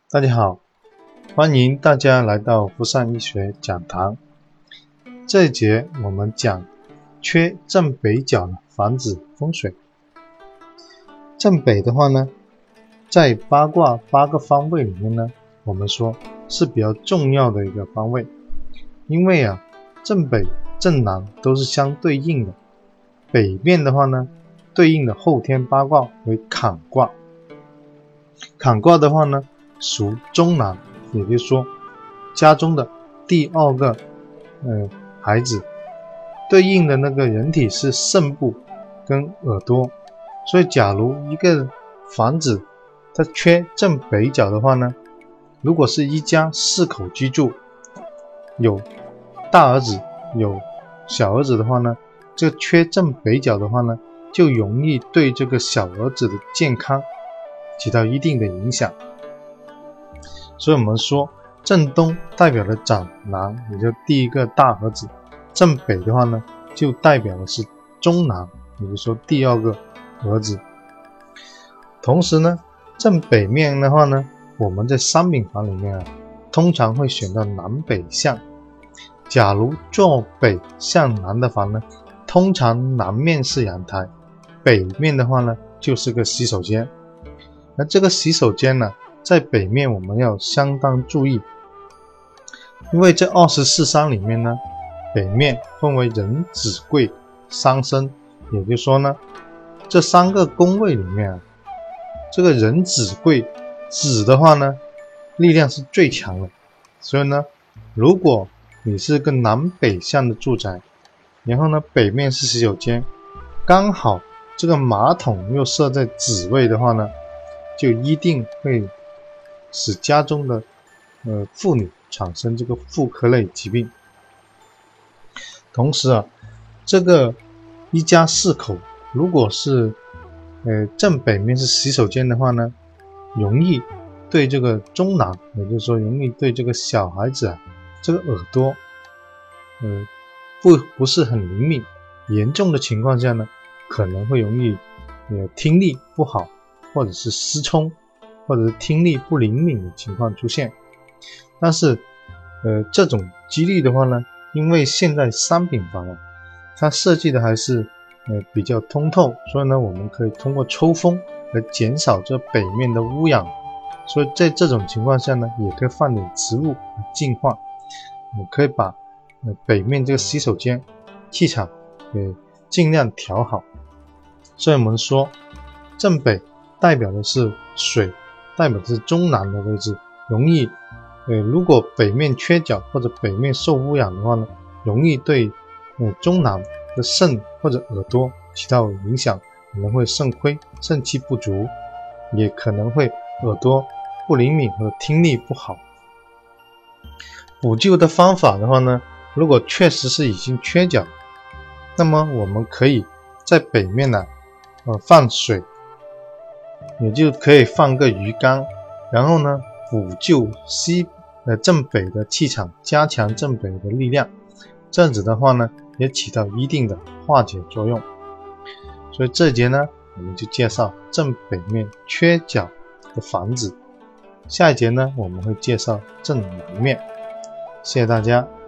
大家好，欢迎大家来到福善医学讲堂。这一节我们讲缺正北角的防止风水。正北的话呢，在八卦8个方位里面呢，我们说是比较重要的一个方位，因为正北正南都是相对应的。北面的话呢，对应的后天八卦为坎卦，坎卦的话呢属中南，也就是说家中的第2个孩子，对应的那个人体是肾部跟耳朵。所以假如一个房子它缺正北角的话呢，如果是一家4口居住，有大儿子有小儿子的话呢，这个缺正北角的话呢，就容易对这个小儿子的健康起到一定的影响。所以我们说正东代表了长男，也就第1个大儿子，正北的话呢就代表的是中男，也就是说第2个儿子。同时呢，正北面的话呢，我们在三品房里面通常会选到南北向。假如坐北向南的房呢，通常南面是阳台，北面的话呢就是个洗手间。那这个洗手间呢，在北面我们要相当注意，因为这24商里面呢，北面分为人子贵伤身，也就是说呢，这3个宫位里面这个人子贵，子的话呢力量是最强的。所以呢，如果你是个南北向的住宅，然后呢北面是洗手间，刚好这个马桶又设在子位的话呢，就一定会使家中的妇女产生这个妇科类疾病。同时这个一家4口如果是正北面是洗手间的话呢，容易对这个中男，也就是说容易对这个小孩子这个耳朵不是很灵敏，严重的情况下呢，可能会容易听力不好，或者是失聪，或者是听力不灵敏的情况出现。但是这种几率的话呢，因为现在三品房它设计的还是比较通透，所以呢我们可以通过抽风来减少这北面的污染。所以在这种情况下呢，也可以放点植物来净化，也可以把北面这个洗手间气场尽量调好。所以我们说正北代表的是水，代表的是中南的位置，容易如果北面缺角或者北面受污染的话呢，容易对中南的肾或者耳朵起到影响，可能会肾亏肾气不足，也可能会耳朵不灵敏和听力不好。补救的方法的话呢，如果确实是已经缺角，那么我们可以在北面放水，也就可以放个鱼缸，然后呢补救正北的气场，加强正北的力量，这样子的话呢也起到一定的化解作用。所以这节呢我们就介绍正北面缺角的房子，下一节呢我们会介绍正南面。谢谢大家。